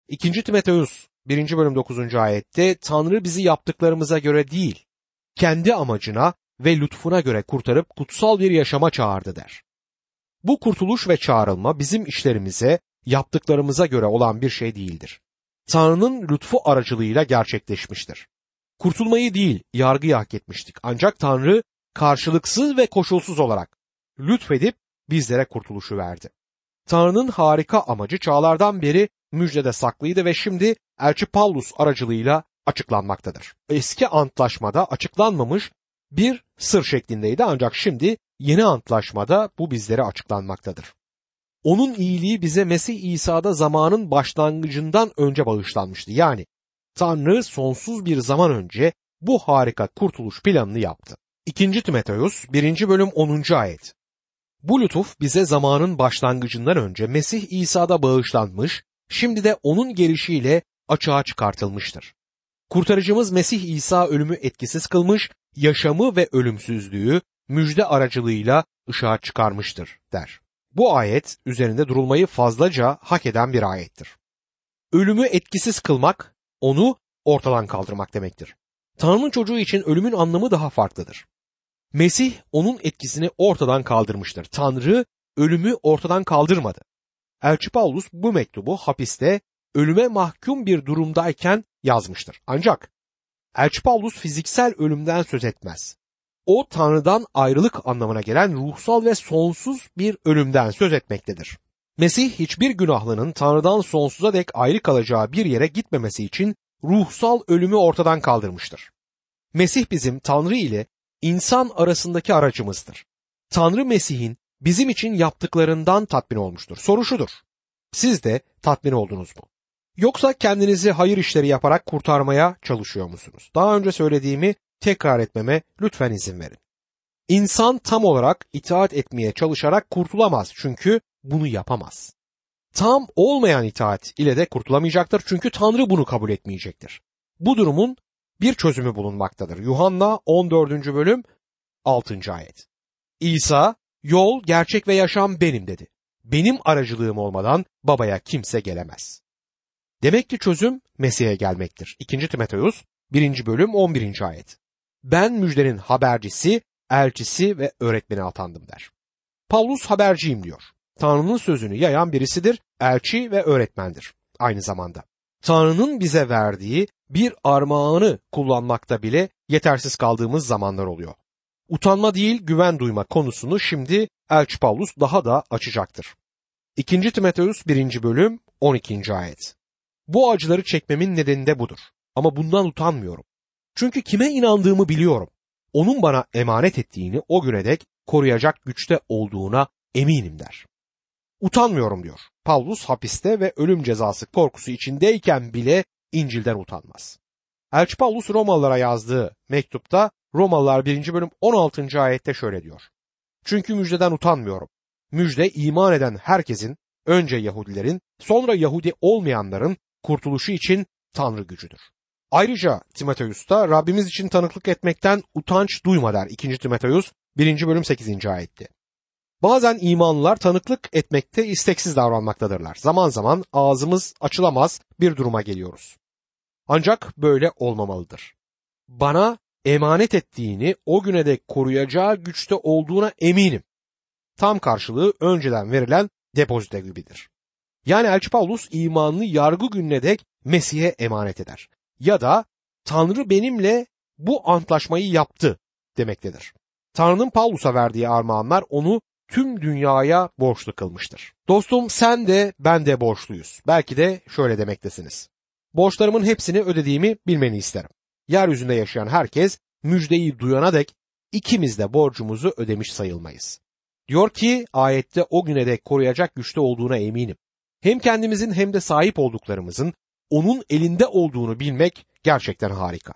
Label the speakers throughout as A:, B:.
A: 2. Timoteus 1. bölüm 9. ayette Tanrı bizi yaptıklarımıza göre değil, kendi amacına ve lütfuna göre kurtarıp kutsal bir yaşama çağırdı der. Bu kurtuluş ve çağrılma bizim işlerimize, yaptıklarımıza göre olan bir şey değildir. Tanrı'nın lütfu aracılığıyla gerçekleşmiştir. Kurtulmayı değil, yargıyı hak etmiştik. Ancak Tanrı karşılıksız ve koşulsuz olarak lütfedip bizlere kurtuluşu verdi. Tanrı'nın harika amacı çağlardan beri müjdede saklıydı ve şimdi Elçi Pavlus aracılığıyla açıklanmaktadır. Eski antlaşmada açıklanmamış bir sır şeklindeydi ancak şimdi yeni antlaşmada bu bizlere açıklanmaktadır. Onun iyiliği bize Mesih İsa'da zamanın başlangıcından önce bağışlanmıştı. Yani Tanrı sonsuz bir zaman önce bu harika kurtuluş planını yaptı. 2. Timoteus 1. bölüm 10. ayet. Bu lütuf bize zamanın başlangıcından önce Mesih İsa'da bağışlanmış, şimdi de onun gelişiyle açığa çıkartılmıştır. Kurtarıcımız Mesih İsa ölümü etkisiz kılmış, yaşamı ve ölümsüzlüğü müjde aracılığıyla ışığa çıkarmıştır der. Bu ayet üzerinde durulmayı fazlaca hak eden bir ayettir. Ölümü etkisiz kılmak, onu ortadan kaldırmak demektir. Tanrı'nın çocuğu için ölümün anlamı daha farklıdır. Mesih onun etkisini ortadan kaldırmıştır. Tanrı ölümü ortadan kaldırmadı. Elçi Pavlus bu mektubu hapiste ölüme mahkum bir durumdayken yazmıştır. Ancak Elçi Pavlus fiziksel ölümden söz etmez. O Tanrı'dan ayrılık anlamına gelen ruhsal ve sonsuz bir ölümden söz etmektedir. Mesih hiçbir günahlının Tanrı'dan sonsuza dek ayrı kalacağı bir yere gitmemesi için ruhsal ölümü ortadan kaldırmıştır. Mesih bizim Tanrı ile insan arasındaki aracımızdır. Tanrı Mesih'in bizim için yaptıklarından tatmin olmuştur. Soru şudur: siz de tatmin oldunuz mu? Yoksa kendinizi hayır işleri yaparak kurtarmaya çalışıyor musunuz? Daha önce söylediğimi tekrar etmeme lütfen izin verin. İnsan tam olarak itaat etmeye çalışarak kurtulamaz çünkü bunu yapamaz. Tam olmayan itaat ile de kurtulamayacaktır çünkü Tanrı bunu kabul etmeyecektir. Bu durumun bir çözümü bulunmaktadır. Yuhanna 14. bölüm 6. ayet. İsa, yol, gerçek ve yaşam benim dedi. Benim aracılığım olmadan babaya kimse gelemez. Demek ki çözüm Mesih'e gelmektir. 2. Timoteus 1. bölüm 11. ayet. Ben müjdenin habercisi, elçisi ve öğretmeni atandım der. Pavlus haberciyim diyor. Tanrı'nın sözünü yayan birisidir, elçi ve öğretmendir aynı zamanda. Tanrı'nın bize verdiği bir armağanı kullanmakta bile yetersiz kaldığımız zamanlar oluyor. Utanma değil güven duyma konusunu şimdi Elçi Pavlus daha da açacaktır. 2. Timoteus 1. bölüm 12. ayet. Bu acıları çekmemin nedeni de budur. Ama bundan utanmıyorum. Çünkü kime inandığımı biliyorum. Onun bana emanet ettiğini o güne dek koruyacak güçte olduğuna eminim der. Utanmıyorum diyor. Pavlus hapiste ve ölüm cezası korkusu içindeyken bile İncil'den utanmaz. Elçi Pavlus Romalılara yazdığı mektupta Romalılar 1. bölüm 16. ayette şöyle diyor. Çünkü müjdeden utanmıyorum. Müjde iman eden herkesin, önce Yahudilerin, sonra Yahudi olmayanların kurtuluşu için Tanrı gücüdür. Ayrıca Timoteus da Rabbimiz için tanıklık etmekten utanç duyma der 2. Timoteus 1. bölüm 8. ayette. Bazen imanlılar tanıklık etmekte isteksiz davranmaktadırlar. Zaman zaman ağzımız açılamaz bir duruma geliyoruz. Ancak böyle olmamalıdır. Bana emanet ettiğini o güne dek koruyacağı güçte olduğuna eminim. Tam karşılığı önceden verilen depozito gibidir. Yani Elçi Pavlus imanını yargı gününe dek Mesih'e emanet eder. Ya da Tanrı benimle bu antlaşmayı yaptı demektedir. Tanrı'nın Pavlus'a verdiği armağanlar onu tüm dünyaya borçlu kılmıştır. Dostum sen de ben de borçluyuz. Belki de şöyle demektesiniz. Borçlarımın hepsini ödediğimi bilmeni isterim. Yeryüzünde yaşayan herkes müjdeyi duyana dek ikimiz de borcumuzu ödemiş sayılmayız. Diyor ki ayette o güne dek koruyacak güçte olduğuna eminim. Hem kendimizin hem de sahip olduklarımızın onun elinde olduğunu bilmek gerçekten harika.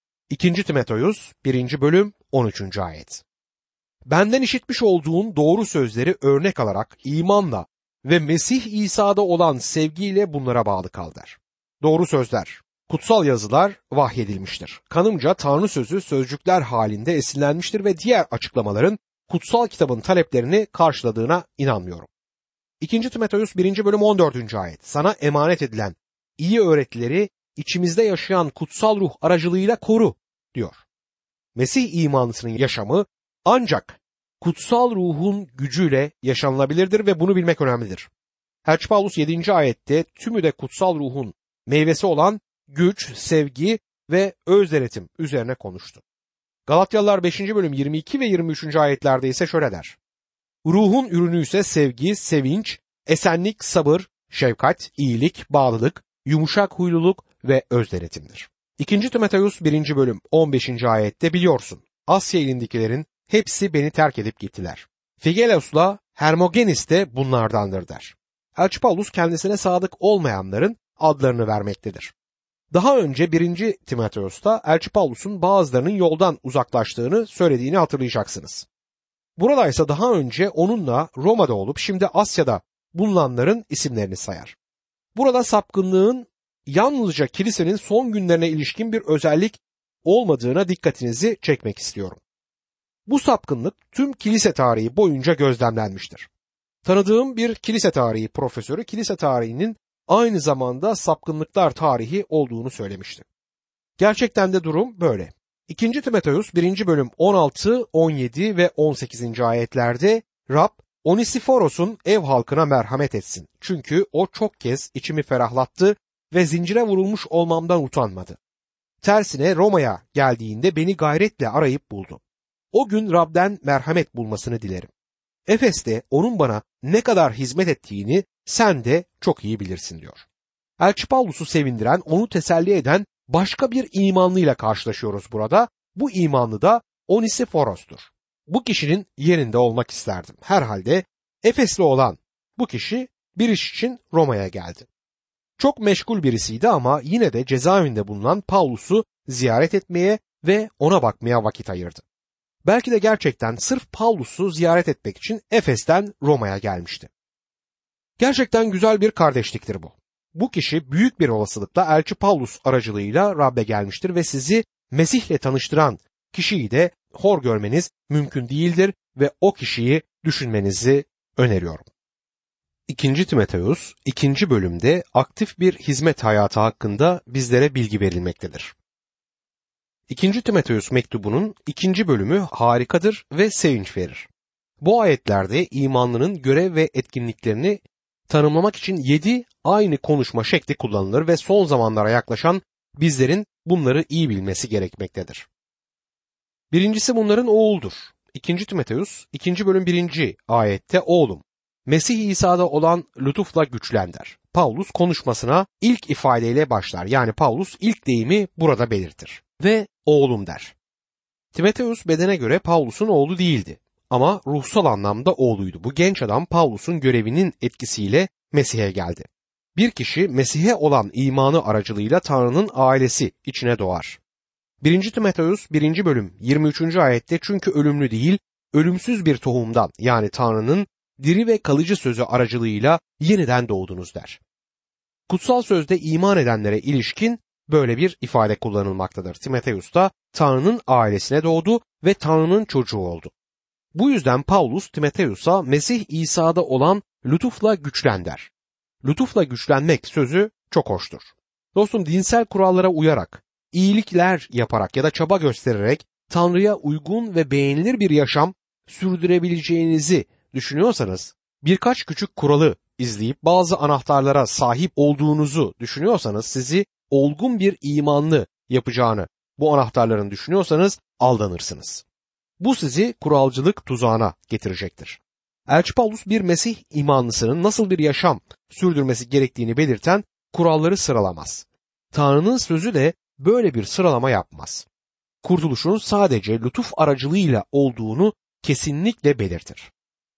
A: 2. Timoteus 1. bölüm 13. ayet. Benden işitmiş olduğun doğru sözleri örnek alarak imanla ve Mesih İsa'da olan sevgiyle bunlara bağlı kal der. Doğru sözler, kutsal yazılar vahyedilmiştir. Kanımca Tanrı sözü sözcükler halinde esinlenmiştir ve diğer açıklamaların kutsal kitabın taleplerini karşıladığına inanmıyorum. 2. Timoteus 1. bölüm 14. ayet. Sana emanet edilen iyi öğretileri içimizde yaşayan kutsal ruh aracılığıyla koru diyor. Mesih imanlısının yaşamı ancak kutsal ruhun gücüyle yaşanılabilirdir ve bunu bilmek önemlidir. Elçi Paulus 7. ayette tümü de kutsal ruhun meyvesi olan güç, sevgi ve öz denetim üzerine konuştu. Galatyalılar 5. bölüm 22 ve 23. ayetlerde ise şöyle der. Ruhun ürünü ise sevgi, sevinç, esenlik, sabır, şefkat, iyilik, bağlılık, yumuşak huyluluk ve öz denetimdir. 2. Timoteus 1. bölüm 15. ayette biliyorsun, Asya ilindekilerin hepsi beni terk edip gittiler. Figelos'la Hermogenes de bunlardandır der. Elçi Paulus kendisine sadık olmayanların adlarını vermektedir. Daha önce 1. Timoteus'ta Elçi Paulus'un bazılarının yoldan uzaklaştığını söylediğini hatırlayacaksınız. Burada ise daha önce onunla Roma'da olup şimdi Asya'da bulunanların isimlerini sayar. Burada sapkınlığın yalnızca kilisenin son günlerine ilişkin bir özellik olmadığına dikkatinizi çekmek istiyorum. Bu sapkınlık tüm kilise tarihi boyunca gözlemlenmiştir. Tanıdığım bir kilise tarihi profesörü kilise tarihinin aynı zamanda sapkınlıklar tarihi olduğunu söylemişti. Gerçekten de durum böyle. 2. Timoteus 1. bölüm 16, 17 ve 18. ayetlerde Rab Onesiforos'un ev halkına merhamet etsin. Çünkü o çok kez içimi ferahlattı ve zincire vurulmuş olmamdan utanmadı. Tersine Roma'ya geldiğinde beni gayretle arayıp buldu. O gün Rab'den merhamet bulmasını dilerim. Efes'te onun bana ne kadar hizmet ettiğini sen de çok iyi bilirsin diyor. Elçi Paulus'u sevindiren, onu teselli eden başka bir imanlıyla karşılaşıyoruz burada. Bu imanlı da Onesiforos'tur. Bu kişinin yerinde olmak isterdim. Herhalde Efesli olan bu kişi bir iş için Roma'ya geldi. Çok meşgul birisiydi ama yine de cezaevinde bulunan Paulus'u ziyaret etmeye ve ona bakmaya vakit ayırdı. Belki de gerçekten sırf Paulus'u ziyaret etmek için Efes'ten Roma'ya gelmişti. Gerçekten güzel bir kardeşliktir bu. Bu kişi büyük bir olasılıkla Elçi Paulus aracılığıyla Rab'be gelmiştir ve sizi Mesih'le tanıştıran kişiyi de hor görmeniz mümkün değildir ve o kişiyi düşünmenizi öneriyorum. 2. Timoteus 2. bölümde aktif bir hizmet hayatı hakkında bizlere bilgi verilmektedir. 2. Timoteus mektubunun 2. bölümü harikadır ve sevinç verir. Bu ayetlerde imanlının görev ve etkinliklerini tanımlamak için 7 aynı konuşma şekli kullanılır ve son zamanlara yaklaşan bizlerin bunları iyi bilmesi gerekmektedir. Birincisi bunların oğuldur. 2. Timoteus 2. bölüm 1. ayette oğlum, Mesih İsa'da olan lütufla güçlen der. Paulus konuşmasına ilk ifadeyle başlar. Yani Paulus ilk deyimi burada belirtir. Ve oğlum der. Timoteus bedene göre Paulus'un oğlu değildi. Ama ruhsal anlamda oğluydu. Bu genç adam Paulus'un görevinin etkisiyle Mesih'e geldi. Bir kişi Mesih'e olan imanı aracılığıyla Tanrı'nın ailesi içine doğar. 1. Timoteus 1. bölüm 23. ayette çünkü ölümlü değil, ölümsüz bir tohumdan yani Tanrı'nın diri ve kalıcı sözü aracılığıyla yeniden doğdunuz der. Kutsal sözde iman edenlere ilişkin böyle bir ifade kullanılmaktadır. Timoteus da Tanrı'nın ailesine doğdu ve Tanrı'nın çocuğu oldu. Bu yüzden Paulus Timoteus'a Mesih İsa'da olan lütufla güçlen der. Lütufla güçlenmek sözü çok hoştur. Dostum dinsel kurallara uyarak, iyilikler yaparak ya da çaba göstererek Tanrı'ya uygun ve beğenilir bir yaşam sürdürebileceğinizi düşünüyorsanız, birkaç küçük kuralı izleyip bazı anahtarlara sahip olduğunuzu düşünüyorsanız, sizi olgun bir imanlı yapacağını bu anahtarların düşünüyorsanız aldanırsınız. Bu sizi kuralcılık tuzağına getirecektir. Elçi Paulus bir Mesih imanlısının nasıl bir yaşam sürdürmesi gerektiğini belirten kuralları sıralamaz. Tanrı'nın sözü de böyle bir sıralama yapmaz. Kurtuluşun sadece lütuf aracılığıyla olduğunu kesinlikle belirtir.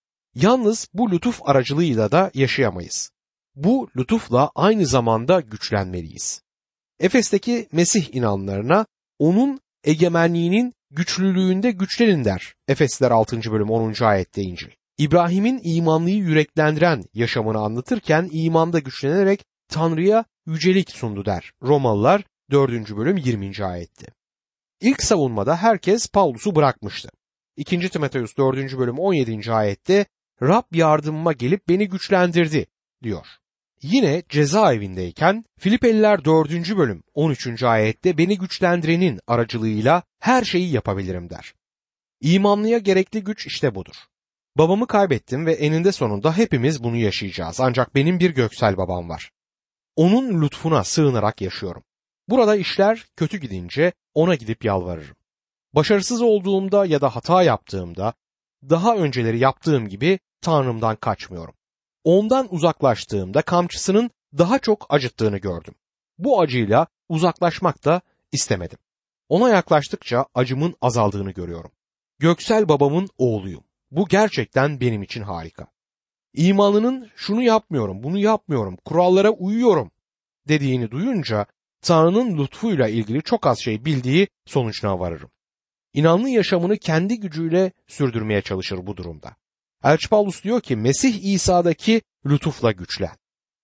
A: Yalnız bu lütuf aracılığıyla da yaşayamayız. Bu lütufla aynı zamanda güçlenmeliyiz. Efes'teki Mesih inanlarına onun egemenliğinin güçlülüğünde güçlenin der. Efesliler 6. bölüm 10. ayette İncil. İbrahim'in imanlıyı yüreklendiren yaşamını anlatırken imanda güçlenerek Tanrı'ya yücelik sundu der. Romalılar 4. bölüm 20. ayette. İlk savunmada herkes Paulus'u bırakmıştı. 2. Timoteus 4. bölüm 17. ayette Rab yardımıma gelip beni güçlendirdi diyor. Yine cezaevindeyken Filipeliler 4. bölüm 13. ayette beni güçlendirenin aracılığıyla her şeyi yapabilirim der. İmanlıya gerekli güç işte budur. Babamı kaybettim ve eninde sonunda hepimiz bunu yaşayacağız. Ancak benim bir göksel babam var. Onun lütfuna sığınarak yaşıyorum. Burada işler kötü gidince ona gidip yalvarırım. Başarısız olduğumda ya da hata yaptığımda daha önceleri yaptığım gibi Tanrım'dan kaçmıyorum. Ondan uzaklaştığımda kamçısının daha çok acıttığını gördüm. Bu acıyla uzaklaşmak da istemedim. Ona yaklaştıkça acımın azaldığını görüyorum. Göksel babamın oğluyum. Bu gerçekten benim için harika. İmanının şunu yapmıyorum, bunu yapmıyorum, kurallara uyuyorum dediğini duyunca Tanrı'nın lütfuyla ilgili çok az şey bildiği sonucuna varırım. İnanlı yaşamını kendi gücüyle sürdürmeye çalışır bu durumda. Elçi Paulus diyor ki Mesih İsa'daki lütufla güçlen.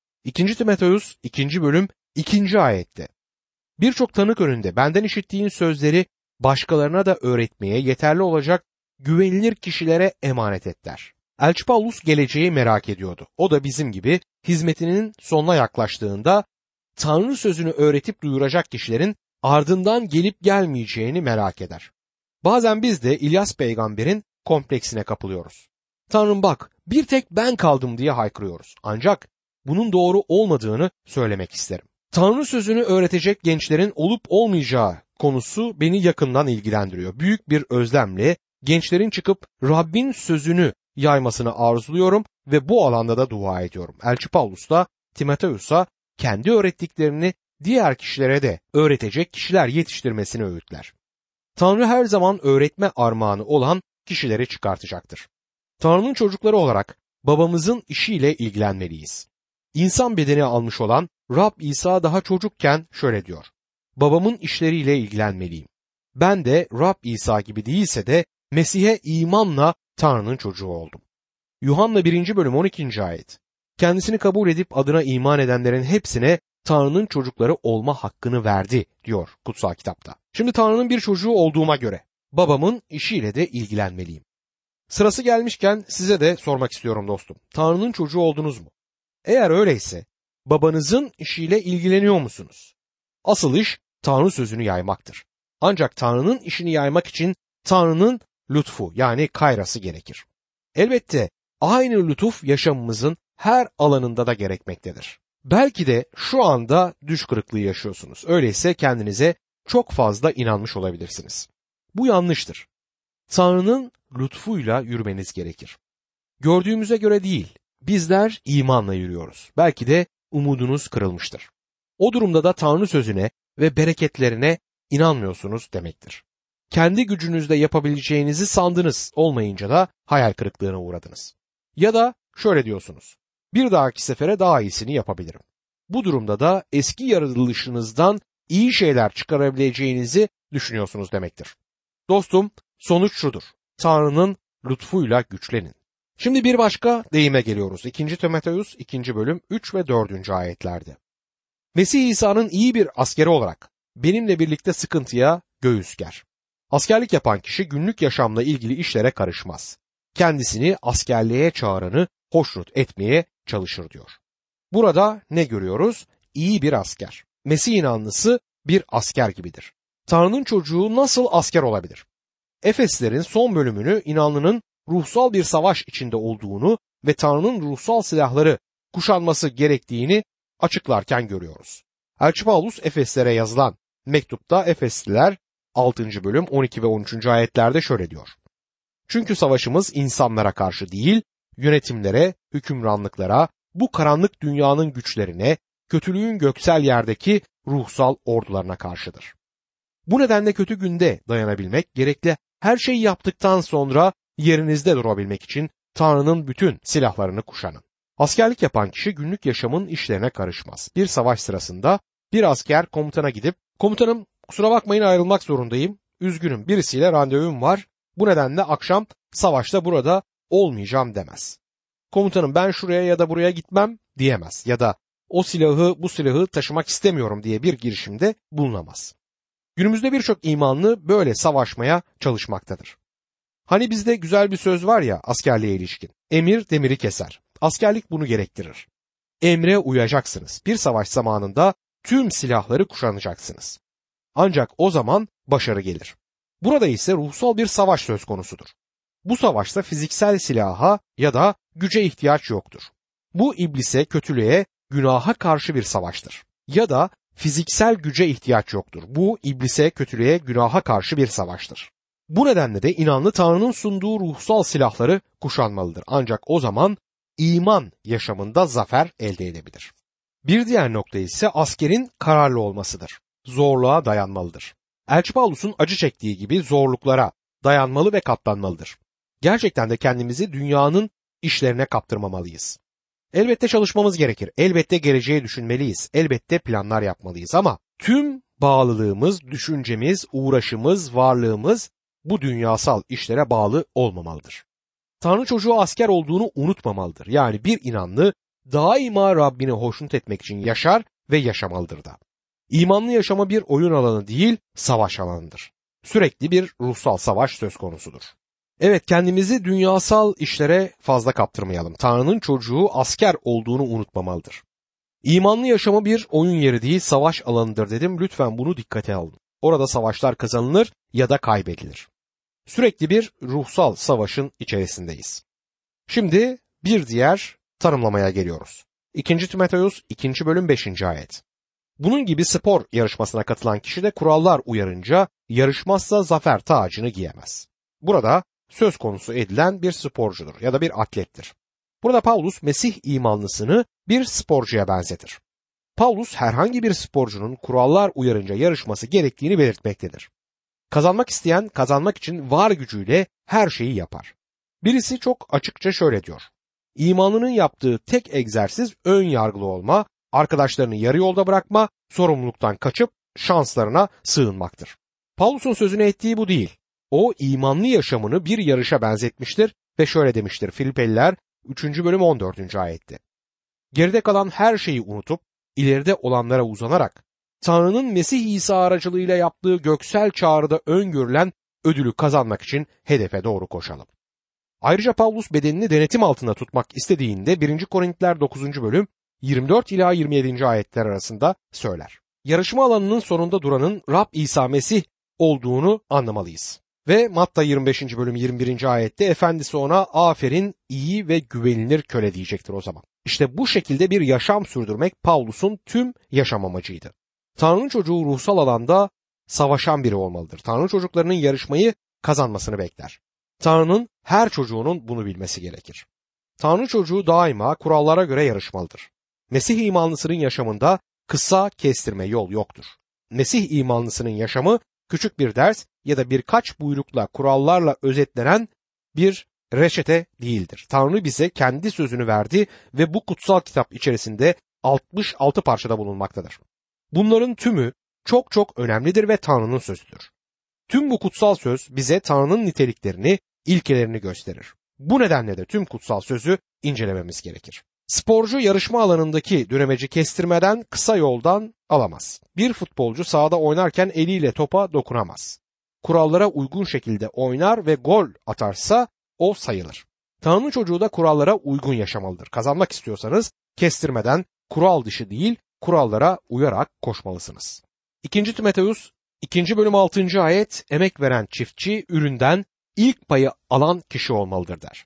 A: 2. Timoteus 2. bölüm 2. ayette. Birçok tanık önünde benden işittiğin sözleri başkalarına da öğretmeye yeterli olacak güvenilir kişilere emanet et der. Elçi Paulus geleceği merak ediyordu. O da bizim gibi hizmetinin sonuna yaklaştığında Tanrı sözünü öğretip duyuracak kişilerin ardından gelip gelmeyeceğini merak eder. Bazen biz de İlyas peygamberin kompleksine kapılıyoruz. Tanrım bak bir tek ben kaldım diye haykırıyoruz. Ancak bunun doğru olmadığını söylemek isterim. Tanrı sözünü öğretecek gençlerin olup olmayacağı konusu beni yakından ilgilendiriyor. Büyük bir özlemle gençlerin çıkıp Rabbin sözünü yaymasını arzuluyorum ve bu alanda da dua ediyorum. Elçi Paulus da Timoteus'a kendi öğrettiklerini diğer kişilere de öğretecek kişiler yetiştirmesini öğütler. Tanrı her zaman öğretme armağanı olan kişileri çıkartacaktır. Tanrı'nın çocukları olarak babamızın işiyle ilgilenmeliyiz. İnsan bedeni almış olan Rab İsa daha çocukken şöyle diyor. Babamın işleriyle ilgilenmeliyim. Ben de Rab İsa gibi değilse de Mesih'e imanla Tanrı'nın çocuğu oldum. Yuhanna 1. bölüm 12. ayet. Kendisini kabul edip adına iman edenlerin hepsine Tanrı'nın çocukları olma hakkını verdi diyor kutsal kitapta. Şimdi Tanrı'nın bir çocuğu olduğuma göre babamın işiyle de ilgilenmeliyim. Sırası gelmişken size de sormak istiyorum dostum. Tanrı'nın çocuğu oldunuz mu? Eğer öyleyse babanızın işiyle ilgileniyor musunuz? Asıl iş Tanrı sözünü yaymaktır. Ancak Tanrı'nın işini yaymak için Tanrı'nın lütfu yani kayrası gerekir. Elbette aynı lütuf yaşamımızın her alanında da gerekmektedir. Belki de şu anda düş kırıklığı yaşıyorsunuz. Öyleyse kendinize çok fazla inanmış olabilirsiniz. Bu yanlıştır. Tanrı'nın lütfuyla yürümeniz gerekir. Gördüğümüze göre değil, bizler imanla yürüyoruz. Belki de umudunuz kırılmıştır. O durumda da Tanrı sözüne ve bereketlerine inanmıyorsunuz demektir. Kendi gücünüzde yapabileceğinizi sandınız, olmayınca da hayal kırıklığına uğradınız. Ya da şöyle diyorsunuz, bir dahaki sefere daha iyisini yapabilirim. Bu durumda da eski yaratılışınızdan iyi şeyler çıkarabileceğinizi düşünüyorsunuz demektir. Dostum, sonuç şudur, Tanrı'nın lütfuyla güçlenin. Şimdi bir başka deyime geliyoruz. 2. Timoteus 2. bölüm 3 ve 4. ayetlerde. Mesih İsa'nın iyi bir askeri olarak benimle birlikte sıkıntıya göğüs ger. Askerlik yapan kişi günlük yaşamla ilgili işlere karışmaz. Kendisini askerliğe çağıranı hoşnut etmeye çalışır diyor. Burada ne görüyoruz? İyi bir asker. Mesih inanlısı bir asker gibidir. Tanrı'nın çocuğu nasıl asker olabilir? Efeslerin son bölümünü inanlının ruhsal bir savaş içinde olduğunu ve Tanrı'nın ruhsal silahları kuşanması gerektiğini açıklarken görüyoruz. Elçi Paulus Efeslere yazılan mektupta Efesliler 6. bölüm 12 ve 13. ayetlerde şöyle diyor. Çünkü savaşımız insanlara karşı değil, yönetimlere, hükümranlıklara, bu karanlık dünyanın güçlerine, kötülüğün göksel yerdeki ruhsal ordularına karşıdır. Bu nedenle kötü günde dayanabilmek, gerekli her şeyi yaptıktan sonra yerinizde durabilmek için Tanrı'nın bütün silahlarını kuşanın. Askerlik yapan kişi günlük yaşamın işlerine karışmaz. Bir savaş sırasında bir asker komutana gidip, komutanım kusura bakmayın ayrılmak zorundayım, üzgünüm birisiyle randevum var, bu nedenle akşam savaşta burada olmayacağım demez. Komutanım ben şuraya ya da buraya gitmem diyemez ya da o silahı bu silahı taşımak istemiyorum diye bir girişimde bulunamaz. Günümüzde birçok imanlı böyle savaşmaya çalışmaktadır. Hani bizde güzel bir söz var ya askerliğe ilişkin. Emir demiri keser. Askerlik bunu gerektirir. emre uyacaksınız. Bir savaş zamanında tüm silahları kuşanacaksınız. Ancak o zaman başarı gelir. Burada ise ruhsal bir savaş söz konusudur. Bu savaşta fiziksel silaha ya da güce ihtiyaç yoktur. Bu iblise, kötülüğe, günaha karşı bir savaştır. Ya da fiziksel güce ihtiyaç yoktur. Bu iblise, kötülüğe, günaha karşı bir savaştır. Bu nedenle de inanlı Tanrı'nın sunduğu ruhsal silahları kuşanmalıdır. Ancak o zaman iman yaşamında zafer elde edebilir. Bir diğer nokta ise askerin kararlı olmasıdır. Zorluğa dayanmalıdır. Elçi Pavlus'un acı çektiği gibi zorluklara dayanmalı ve katlanmalıdır. Gerçekten de kendimizi dünyanın işlerine kaptırmamalıyız. Elbette çalışmamız gerekir. Elbette geleceği düşünmeliyiz. Elbette planlar yapmalıyız ama tüm bağlılığımız, düşüncemiz, uğraşımız, varlığımız bu dünyasal işlere bağlı olmamalıdır. Tanrı çocuğu asker olduğunu unutmamalıdır. Yani bir inanlı daima Rabbini hoşnut etmek için yaşar ve yaşamalıdır da. İmanlı yaşama bir oyun alanı değil, savaş alanıdır. Sürekli bir ruhsal savaş söz konusudur. Evet, kendimizi dünyasal işlere fazla kaptırmayalım. Tanrı'nın çocuğu asker olduğunu unutmamalıdır. İmanlı yaşama bir oyun yeri değil, savaş alanıdır dedim. Lütfen bunu dikkate alın. Orada savaşlar kazanılır ya da kaybedilir. Sürekli bir ruhsal savaşın içerisindeyiz. Şimdi bir diğer tanımlamaya geliyoruz. 2. Timoteus 2. bölüm 5. ayet. Bunun gibi spor yarışmasına katılan kişi de kurallar uyarınca yarışmazsa zafer tacını giyemez. Burada söz konusu edilen bir sporcudur ya da bir atlettir. Burada Paulus Mesih imanlısını bir sporcuya benzetir. Paulus herhangi bir sporcunun kurallar uyarınca yarışması gerektiğini belirtmektedir. Kazanmak isteyen kazanmak için var gücüyle her şeyi yapar. Birisi çok açıkça şöyle diyor. İmanlının yaptığı tek egzersiz ön yargılı olma, arkadaşlarını yarı yolda bırakma, sorumluluktan kaçıp şanslarına sığınmaktır. Paulus'un sözünü ettiği bu değil. O imanlı yaşamını bir yarışa benzetmiştir ve şöyle demiştir Filipeliler 3. bölüm 14. ayette. Geride kalan her şeyi unutup ileride olanlara uzanarak Tanrı'nın Mesih İsa aracılığıyla yaptığı göksel çağrıda öngörülen ödülü kazanmak için hedefe doğru koşalım. Ayrıca Paulus bedenini denetim altında tutmak istediğinde 1. Korintiler 9. bölüm 24 ila 27. ayetler arasında söyler. Yarışma alanının sonunda duranın Rab İsa Mesih olduğunu anlamalıyız. Ve Matta 25. bölüm 21. ayette efendisi ona aferin iyi ve güvenilir köle diyecektir o zaman. İşte bu şekilde bir yaşam sürdürmek Paulus'un tüm yaşam amacıydı. Tanrı'nın çocuğu ruhsal alanda savaşan biri olmalıdır. Tanrı çocuklarının yarışmayı kazanmasını bekler. Tanrı'nın her çocuğunun bunu bilmesi gerekir. Tanrı çocuğu daima kurallara göre yarışmalıdır. Mesih imanlısının yaşamında kısa kestirme yol yoktur. Mesih imanlısının yaşamı küçük bir ders ya da birkaç buyrukla kurallarla özetlenen bir reçete değildir. Tanrı bize kendi sözünü verdi ve bu kutsal kitap içerisinde 66 parçada bulunmaktadır. Bunların tümü çok çok önemlidir ve Tanrı'nın sözüdür. Tüm bu kutsal söz bize Tanrı'nın niteliklerini, ilkelerini gösterir. Bu nedenle de tüm kutsal sözü incelememiz gerekir. Sporcu yarışma alanındaki dönemeci kestirmeden kısa yoldan alamaz. Bir futbolcu sahada oynarken eliyle topa dokunamaz. Kurallara uygun şekilde oynar ve gol atarsa o sayılır. Tanrı çocuğu da kurallara uygun yaşamalıdır. Kazanmak istiyorsanız kestirmeden, kural dışı değil, kurallara uyarak koşmalısınız. 2. Timoteus 2. bölüm 6. ayet emek veren çiftçi üründen ilk payı alan kişi olmalıdır der.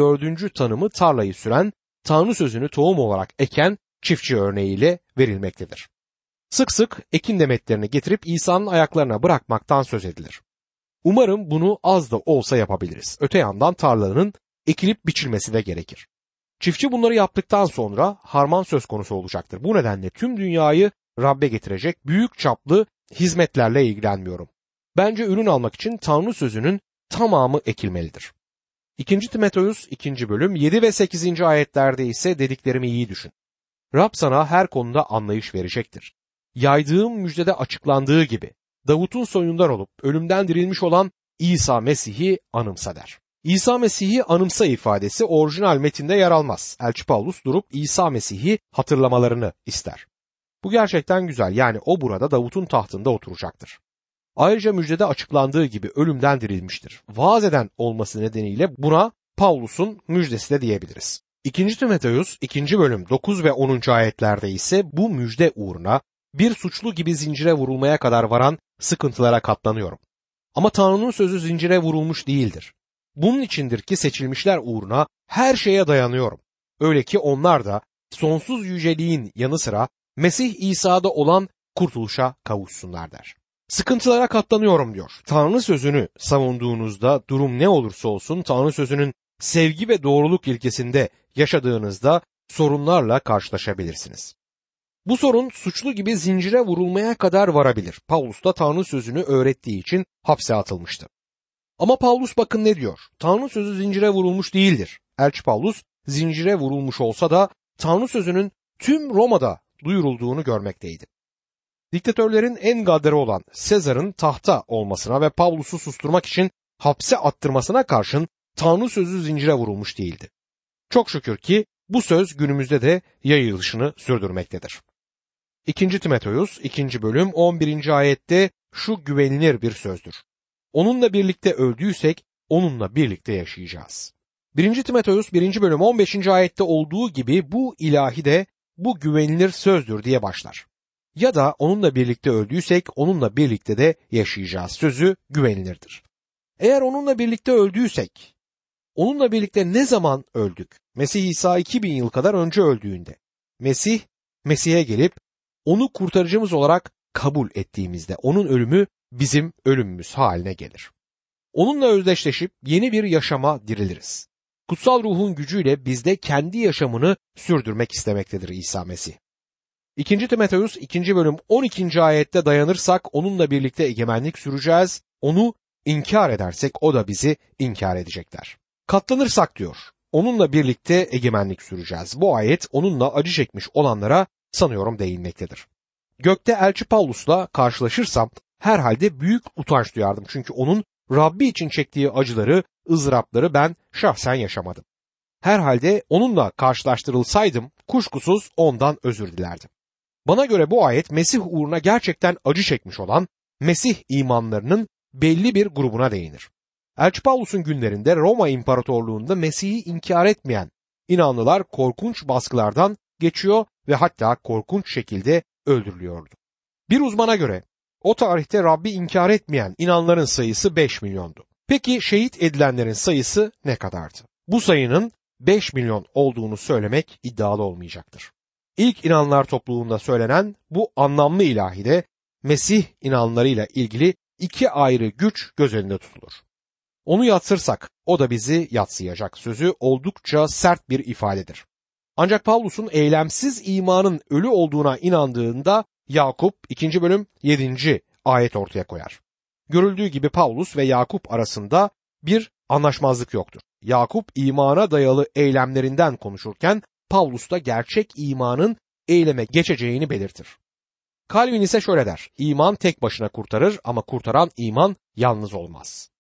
A: 4. tanımı tarlayı süren, Tanrı sözünü tohum olarak eken çiftçi örneğiyle verilmektedir. Sık sık ekin demetlerini getirip İsa'nın ayaklarına bırakmaktan söz edilir. Umarım bunu az da olsa yapabiliriz. Öte yandan tarlanın ekilip biçilmesi de gerekir. Çiftçi bunları yaptıktan sonra harman söz konusu olacaktır. Bu nedenle tüm dünyayı Rabbe getirecek büyük çaplı hizmetlerle ilgilenmiyorum. Bence ürün almak için Tanrı sözünün tamamı ekilmelidir. 2. Timoteus 2. bölüm 7 ve 8. ayetlerde ise dediklerimi iyi düşün. Rab sana her konuda anlayış verecektir. Yaydığım müjdede açıklandığı gibi Davut'un soyundan olup ölümden dirilmiş olan İsa Mesih'i anımsa der. İsa Mesih'i anımsa ifadesi orijinal metinde yer almaz. Elçi Paulus durup İsa Mesih'i hatırlamalarını ister. Bu gerçekten güzel, yani o burada Davut'un tahtında oturacaktır. Ayrıca müjdede açıklandığı gibi ölümden dirilmiştir. Vaaz eden olması nedeniyle buna Paulus'un müjdesi de diyebiliriz. 2. Timoteus 2. bölüm 9 ve 10. ayetlerde ise bu müjde uğruna bir suçlu gibi zincire vurulmaya kadar varan sıkıntılara katlanıyorum. Ama Tanrı'nın sözü zincire vurulmuş değildir. Bunun içindir ki seçilmişler uğruna her şeye dayanıyorum. Öyle ki onlar da sonsuz yüceliğin yanı sıra Mesih İsa'da olan kurtuluşa kavuşsunlar der. Sıkıntılara katlanıyorum diyor. Tanrı sözünü savunduğunuzda durum ne olursa olsun Tanrı sözünün sevgi ve doğruluk ilkesinde yaşadığınızda sorunlarla karşılaşabilirsiniz. Bu sorun suçlu gibi zincire vurulmaya kadar varabilir. Paulus da Tanrı sözünü öğrettiği için hapse atılmıştı. Ama Paulus bakın ne diyor? Tanrı sözü zincire vurulmuş değildir. Elçi Paulus zincire vurulmuş olsa da Tanrı sözünün tüm Roma'da duyurulduğunu görmekteydi. Diktatörlerin en gaddarı olan Sezar'ın tahta olmasına ve Paulus'u susturmak için hapse attırmasına karşın Tanrı sözü zincire vurulmuş değildi. Çok şükür ki bu söz günümüzde de yayılışını sürdürmektedir. 2. Timoteus 2. bölüm 11. ayette şu güvenilir bir sözdür. Onunla birlikte öldüysek onunla birlikte yaşayacağız. 1. Timoteus 1. bölüm 15. ayette olduğu gibi bu ilahi de bu güvenilir sözdür diye başlar. Ya da onunla birlikte öldüysek onunla birlikte de yaşayacağız sözü güvenilirdir. Eğer onunla birlikte öldüysek, onunla birlikte ne zaman öldük? Mesih İsa 2000 yıl kadar önce öldüğünde. Mesih'e gelip onu kurtarıcımız olarak kabul ettiğimizde onun ölümü bizim ölümümüz haline gelir. Onunla özdeşleşip yeni bir yaşama diriliriz. Kutsal ruhun gücüyle bizde kendi yaşamını sürdürmek istemektedir İsa Mesih. 2. Timoteus 2. bölüm 12. ayette dayanırsak onunla birlikte egemenlik süreceğiz. Onu inkar edersek o da bizi inkar edecekler. Katlanırsak diyor. Onunla birlikte egemenlik süreceğiz. Bu ayet onunla acı çekmiş olanlara sanıyorum değinmektedir. Gökte elçi Paulus'la karşılaşırsam herhalde büyük utanç duyardım. Çünkü onun Rabbi için çektiği acıları, ızdırapları ben şahsen yaşamadım. Herhalde onunla karşılaştırılsaydım kuşkusuz ondan özür dilerdim. Bana göre bu ayet Mesih uğruna gerçekten acı çekmiş olan Mesih imanlarının belli bir grubuna değinir. Elçi Paulus'un günlerinde Roma İmparatorluğu'nda Mesih'i inkar etmeyen inanlılar korkunç baskılardan geçiyor ve hatta korkunç şekilde öldürülüyordu. Bir uzmana göre o tarihte Rabbi inkar etmeyen inanların sayısı 5 milyondu. Peki şehit edilenlerin sayısı ne kadardı? Bu sayının 5 milyon olduğunu söylemek iddialı olmayacaktır. İlk inanlar topluluğunda söylenen bu anlamlı ilahide Mesih inanlarıyla ilgili iki ayrı güç göz önünde tutulur. Onu yatsırsak o da bizi yatsıyacak sözü oldukça sert bir ifadedir. Ancak Paulus'un eylemsiz imanın ölü olduğuna inandığında Yakup 2. bölüm 7. ayet ortaya koyar. Görüldüğü gibi Paulus ve Yakup arasında bir anlaşmazlık yoktur. Yakup imana dayalı eylemlerinden konuşurken Paulus da gerçek imanın eyleme geçeceğini belirtir. Calvin ise şöyle der: İman tek başına kurtarır ama kurtaran iman yalnız olmaz.